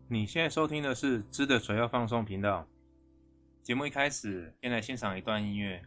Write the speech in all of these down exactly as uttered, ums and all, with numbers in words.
你现在收听的是知的水要放送频道。节目一开始，先来欣赏一段音乐。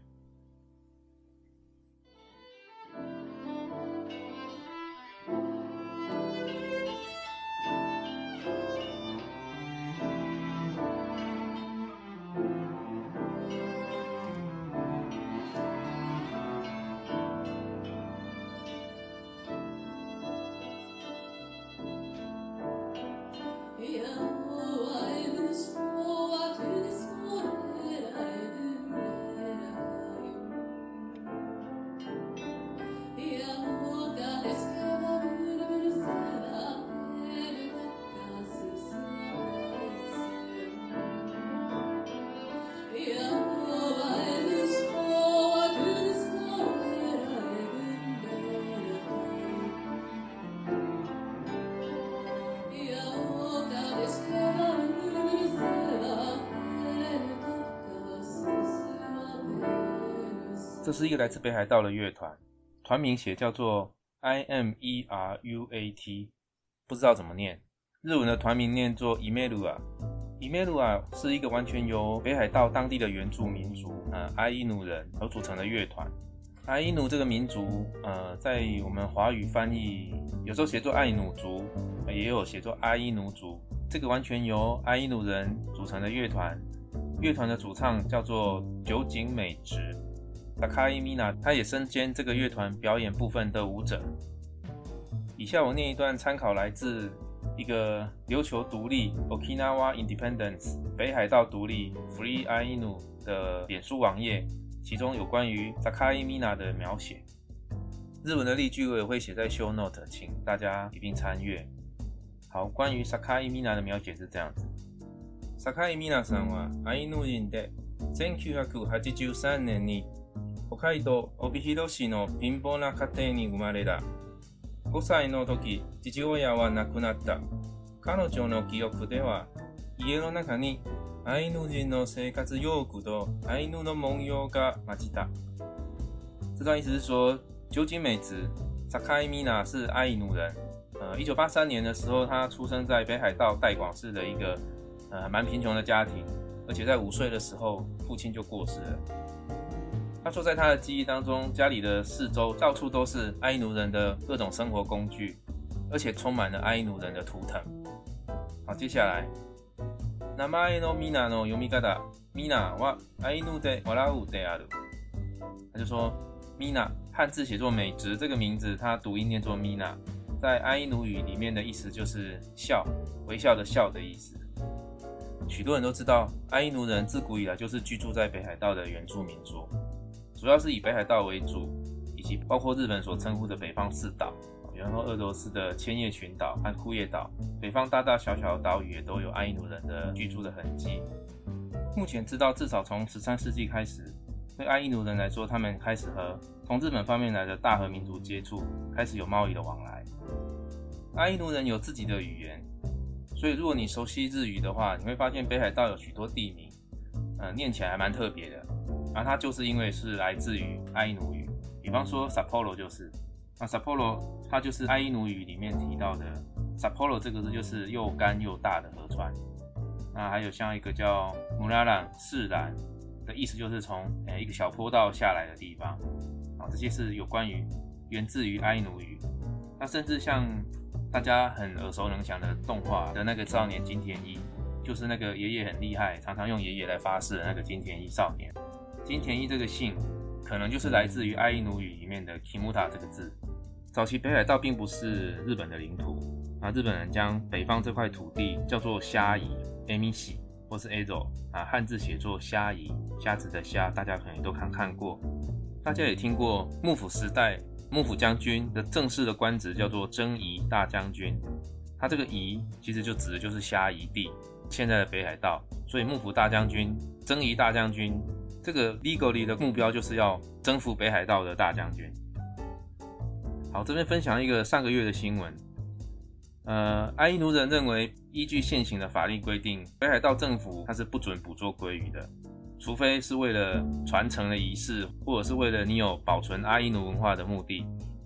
这是一个来自北海道的乐团，团名写叫做 I M E R U A T， 不知道怎么念。日文的团名念作 Imelua。Imelua 是一个完全由北海道当地的原住民族呃阿伊努人而组成的乐团。阿伊努这个民族呃在我们华语翻译有时候写作爱努族，也有写作阿伊努族。这个完全由阿伊努人组成的乐团，乐团的主唱叫做酒井美直。Sakai Mina， 他也身兼这个乐团表演部分的舞者。以下我念一段参考来自一个琉球独立 Okinawa Independence 北海道独立 Free Ainu 的脸书网页，其中有关于 Sakai Mina 的描写。日文的例句我也会写在 show note， 请大家一并参阅。好，关于 Sakai Mina 的描写是这样子。Sakai Mina さんはアイヌ人でせんきゅうひゃくはちじゅうさんねんに北海道帯広市の貧乏な家庭に生まれた。ごさいの時、父親は亡くなった。彼女の記憶では、家の中にアイヌ人の生活用具とアイヌの文様が混じった。这段意思是说，酒井美直 Sakai Mina 是阿伊努人。呃，一九八三年的时候，他出生在北海道代广市的一个呃蛮贫穷的家庭，而且在五岁的时候，父亲就过世了。他说，在他的记忆当中，家里的四周到处都是阿伊努人的各种生活工具，而且充满了阿伊努人的图腾。好，接下来，名前のミナの読み方、ミナはアイヌで笑うである。他就说，ミナ汉字写作美直，这个名字它读音念作ミナ，在阿伊努语里面的意思就是笑，微笑的笑的意思。许多人都知道，阿伊努人自古以来就是居住在北海道的原住民族。主要是以北海道为主，以及包括日本所称呼的北方四岛，比方说俄罗斯的千叶群岛和库页岛，北方大大小小的岛屿也都有阿伊努人的居住的痕迹。目前知道，至少从十三世纪开始，对阿伊努人来说，他们开始和从日本方面来的大和民族接触，开始有贸易的往来。阿伊努人有自己的语言，所以如果你熟悉日语的话，你会发现北海道有许多地名，呃，念起来还蛮特别的。而它就是因为是来自于阿伊努语，比方说 Sapporo 就是，那 Sapporo 它就是阿伊努语里面提到的 Sapporo 这个字就是又干又大的河川。那还有像一个叫 Muraran 释然的意思，就是从、欸、一个小坡道下来的地方。好，这些是有关于源自于阿伊努语。那甚至像大家很耳熟能详的动画的那个少年金田一，就是那个爷爷很厉害，常常用爷爷来发誓的那个金田一少年。金田一这个姓可能就是来自于阿伊努语里面的 Kimuta 这个字。早期北海道并不是日本的领土，啊，日本人将北方这块土地叫做虾夷 Emishi 或是 Ezo， 啊，汉字写作虾夷，虾子的虾，大家可能都看看过。大家也听过幕府时代幕府将军的正式的官职叫做征夷大将军，他这个夷其实就指的就是虾夷地，现在的北海道，所以幕府大将军、征夷大将军。这个 legally 的目标就是要征服北海道的大将军。好，这边分享一个上个月的新闻。呃，阿伊努人认为，依据现行的法律规定，北海道政府它是不准捕捉鲑鱼的，除非是为了传承的仪式，或者是为了你有保存阿伊努文化的目的，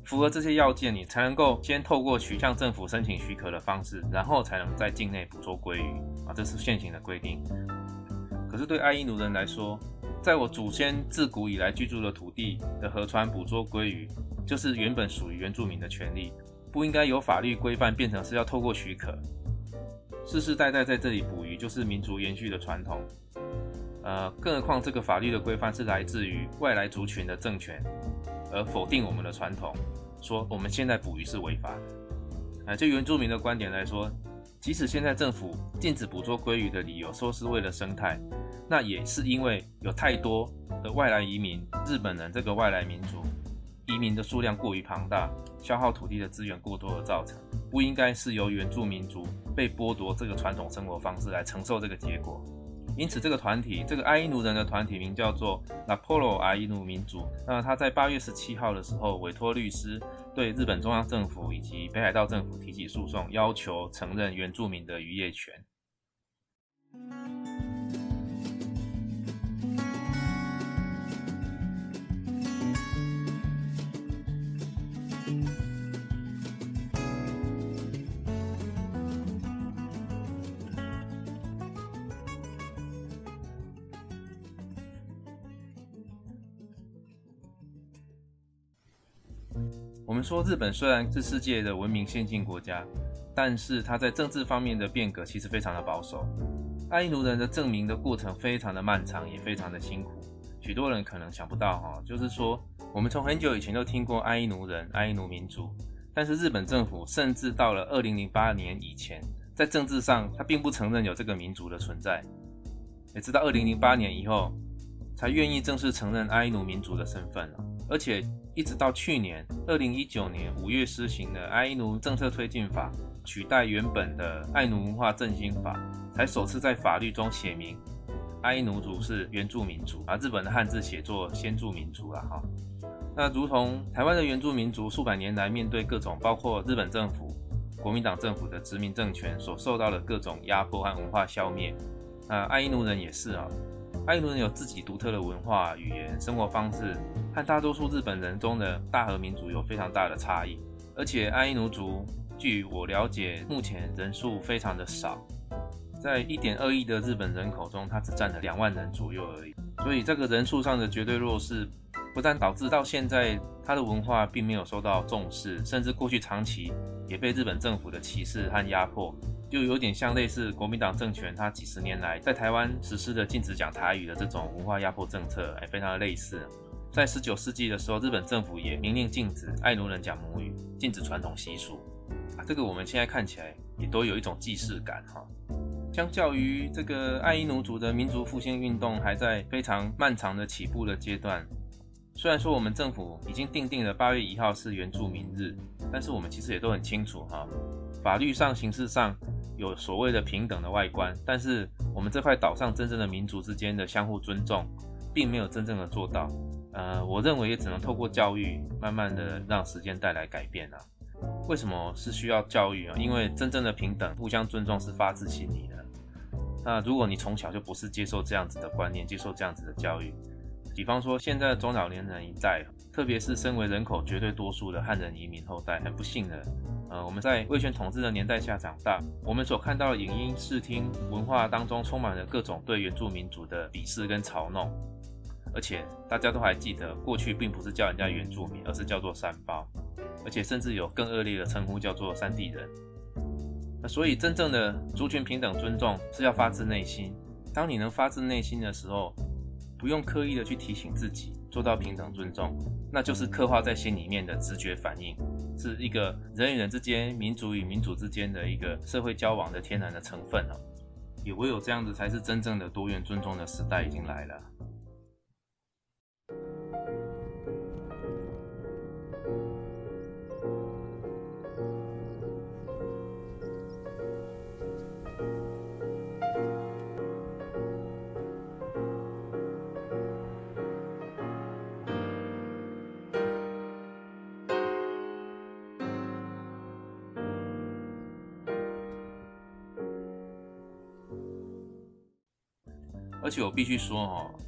符合这些要件，你才能够先透过去向政府申请许可的方式，然后才能在境内捕捉鲑鱼啊，这是现行的规定。可是对爱伊奴人来说，在我祖先自古以来居住的土地的河川捕捉鲑鱼，就是原本属于原住民的权利，不应该由法律规范变成是要透过许可。世世代代在这里捕鱼就是民族延续的传统，呃，更何况这个法律的规范是来自于外来族群的政权，而否定我们的传统，说我们现在捕鱼是违法的。呃，就原住民的观点来说，即使现在政府禁止捕捉鲑鱼的理由说是为了生态，那也是因为有太多的外来移民，日本人这个外来民族移民的数量过于庞大，消耗土地的资源过多而造成，不应该是由原住民族被剥夺这个传统生活方式来承受这个结果。因此这个团体，这个爱伊奴人的团体名叫做 Napolo 爱伊奴民族，那他在八月十七号的时候委托律师对日本中央政府以及北海道政府提起诉讼，要求承认原住民的渔业权。我们说日本虽然是世界的文明先进国家，但是它在政治方面的变革其实非常的保守。爱伊奴人的证明的过程非常的漫长，也非常的辛苦。许多人可能想不到哈，就是说我们从很久以前就听过爱伊奴人、爱伊奴民族，但是日本政府甚至到了二零零八年以前，在政治上他并不承认有这个民族的存在，也直到二零零八年以后才愿意正式承认爱伊奴民族的身份，而且一直到去年二零一九年五月施行的爱伊奴政策推进法，取代原本的爱奴文化振兴法，才首次在法律中写明爱伊奴族是原住民族，而日本的汉字写作先住民族啦哈。那如同台湾的原住民族数百年来面对各种包括日本政府、国民党政府的殖民政权所受到的各种压迫和文化消灭，那爱伊奴人也是啊。爱伊奴人有自己独特的文化、语言、生活方式，和大多数日本人中的大和民族有非常大的差异。而且爱伊奴族据我了解，目前人数非常的少，在 一点二亿的日本人口中，它只占了两万人左右而已。所以这个人数上的绝对弱势，不但导致到现在它的文化并没有受到重视，甚至过去长期也被日本政府的歧视和压迫，就有点像类似国民党政权它几十年来在台湾实施的禁止讲台语的这种文化压迫政策，哎，非常的类似。在十九世纪的时候，日本政府也明令禁止爱奴人讲母语，禁止传统习俗啊，这个我们现在看起来也都有一种既视感哈。相较于这个爱伊奴族的民族复兴运动还在非常漫长的起步的阶段，虽然说我们政府已经订定了八月一号是原住民日，但是我们其实也都很清楚哈，法律上、形式上有所谓的平等的外观，但是我们这块岛上真正的民族之间的相互尊重，并没有真正的做到。呃，我认为也只能透过教育，慢慢的让时间带来改变啊。为什么是需要教育啊？因为真正的平等、互相尊重是发自心里的。那如果你从小就不是接受这样子的观念，接受这样子的教育，比方说现在的中老年人一代，特别是身为人口绝对多数的汉人移民后代，很不幸的，呃，我们在威权统治的年代下长大，我们所看到的影音、视听文化当中，充满了各种对原住民族的鄙视跟嘲弄。而且大家都还记得，过去并不是叫人家原住民，而是叫做山胞，而且甚至有更恶劣的称呼叫做山地人。那所以真正的族群平等尊重是要发自内心，当你能发自内心的时候，不用刻意的去提醒自己做到平等尊重，那就是刻画在心里面的直觉反应，是一个人与人之间、民族与民族之间的一个社会交往的天然的成分哦。也唯有这样子，才是真正的多元尊重的时代已经来了。而且我必须说哦，呃，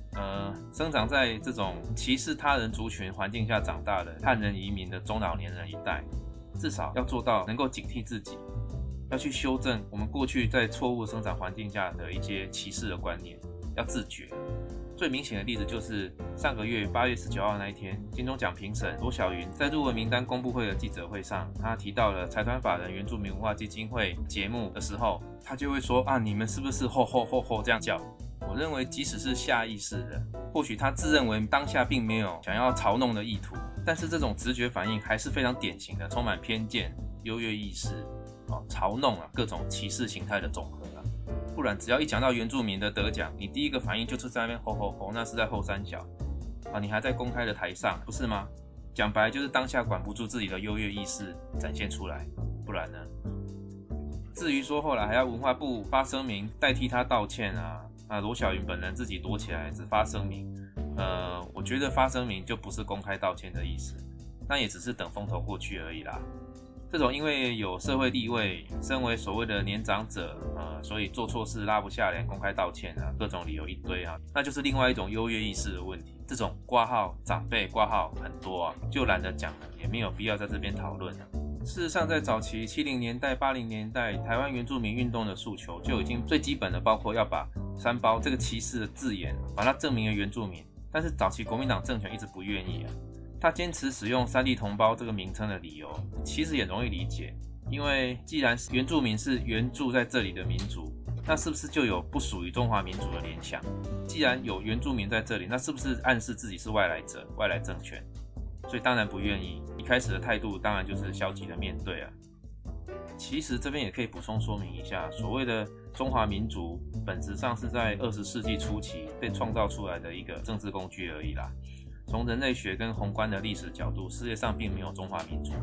呃，生长在这种歧视他人族群环境下长大的汉人移民的中老年人一代，至少要做到能够警惕自己，要去修正我们过去在错误生长环境下的一些歧视的观念，要自觉。最明显的例子就是上个月八月十九号那一天，金钟奖评审罗小云在入围名单公布会的记者会上，他提到了财团法人原住民文化基金会节目的时候，他就会说啊，你们是不是吼吼吼吼这样叫？我认为即使是下意识的，或许他自认为当下并没有想要嘲弄的意图，但是这种直觉反应还是非常典型的，充满偏见、优越意识、哦、嘲弄啊各种歧视形态的总和啊。不然只要一讲到原住民的得奖，你第一个反应就是在那边吼吼吼，那是在后三小啊，你还在公开的台上，不是吗？讲白就是当下管不住自己的优越意识展现出来，不然呢？至于说后来还要文化部发声明代替他道歉啊，啊罗小云本人自己躲起来只发声明，呃，我觉得发声明就不是公开道歉的意思，那也只是等风头过去而已啦。这种因为有社会地位，身为所谓的年长者，呃，所以做错事拉不下脸公开道歉啊，各种理由一堆啊，那就是另外一种优越意识的问题。这种挂号长辈挂号很多啊，就懒得讲了，也没有必要在这边讨论了。事实上，在早期七零年代、八零年代，台湾原住民运动的诉求就已经最基本的包括要把三胞这个歧视的字眼，把它证明为原住民，但是早期国民党政权一直不愿意啊。他坚持使用山地同胞这个名称的理由，其实也容易理解，因为既然原住民是原住在这里的民族，那是不是就有不属于中华民族的联想？既然有原住民在这里，那是不是暗示自己是外来者、外来政权？所以当然不愿意，一开始的态度当然就是消极的面对啊。其实这边也可以补充说明一下，所谓的中华民族本质上是在二十世纪初期被创造出来的一个政治工具而已啦。从人类学跟宏观的历史角度，世界上并没有中华民族。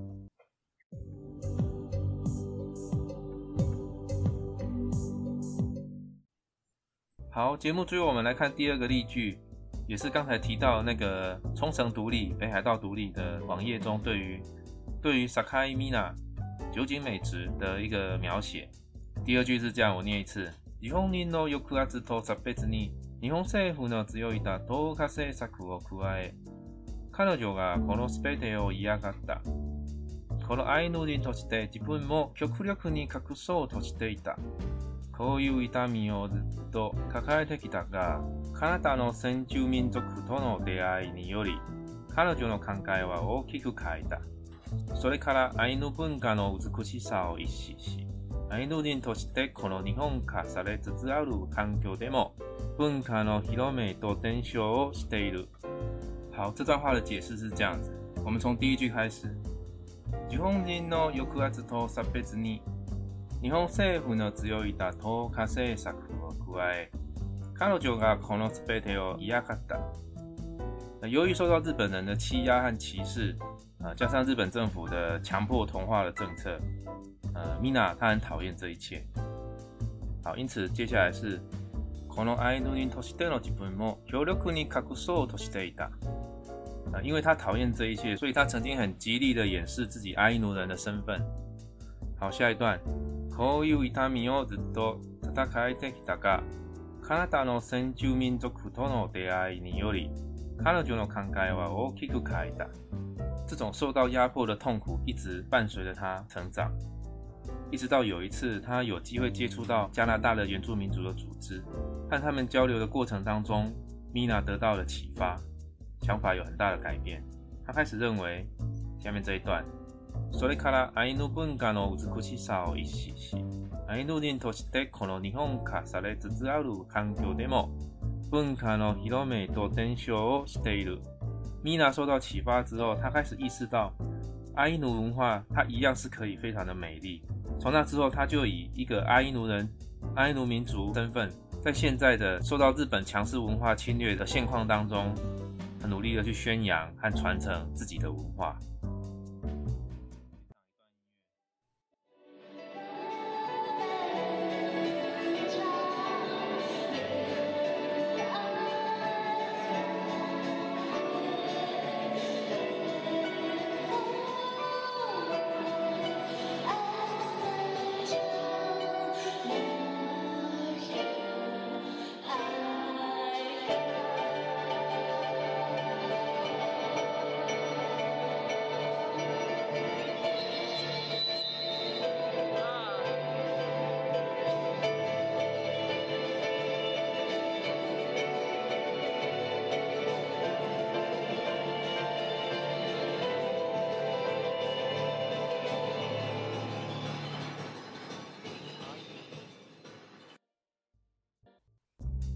好，节目最后我们来看第二个例句，也是刚才提到那个冲绳独立、北海道独立的网页中对于对于 Sakai Mina 酒井美直的一个描写。第二句是这样，我念一次：日本人の抑圧と差別に日本政府の強い打倒化政策を加え、彼女がこの全てを嫌がった。このアイヌ人として自分も極力に隠そうとしていた。こういう痛みをずっと抱えてきたが、カナダの先住民族との出会いにより、彼女の考えは大きく変えた。それからアイヌ文化の美しさを意識し、アイヌ人としてこの日本化されつつある環境でも文化の広めと伝承をしている。好，这段话的解释是这样子，我们从第一句开始。日本人の抑圧と差別に日本政府の強い打倒化政策を加え、彼女がこの全てを嫌がった。由于受到日本人的欺压和歧视，呃，加上日本政府的强迫同化的政策，呃 ，Mina 她很讨厌这一切。好，因此接下来是このアイヌ人としての自分も強力に隠そうとしていた。呃，因为他讨厌这一切，所以他曾经很极力的掩饰自己アイヌ人的身份。好，下一段。こういう痛みをずっと戦えてきたが、カナダの先住民族との出会いにより、彼女の考えは大きく変えた。这种受到压迫的痛苦一直伴随着他成长，一直到有一次他有机会接触到加拿大的原住民族的组织，和他们交流的过程当中，米娜得到了启发，想法有很大的改变。他开始认为，下面这一段。それからアイヌ文化の美しさを意識し、アイヌ人としてこの日本化されつつある環境でも文化の広めと伝承をしている。米娜受到启发之后，她开始意识到阿伊奴文化它一样是可以非常的美丽。从那之后，她就以一个阿伊奴人、阿伊奴民族身份，在现在的受到日本强势文化侵略的现况当中，很努力的去宣扬和传承自己的文化。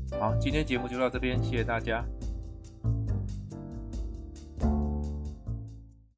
好，今天节目就到这边，谢谢大家。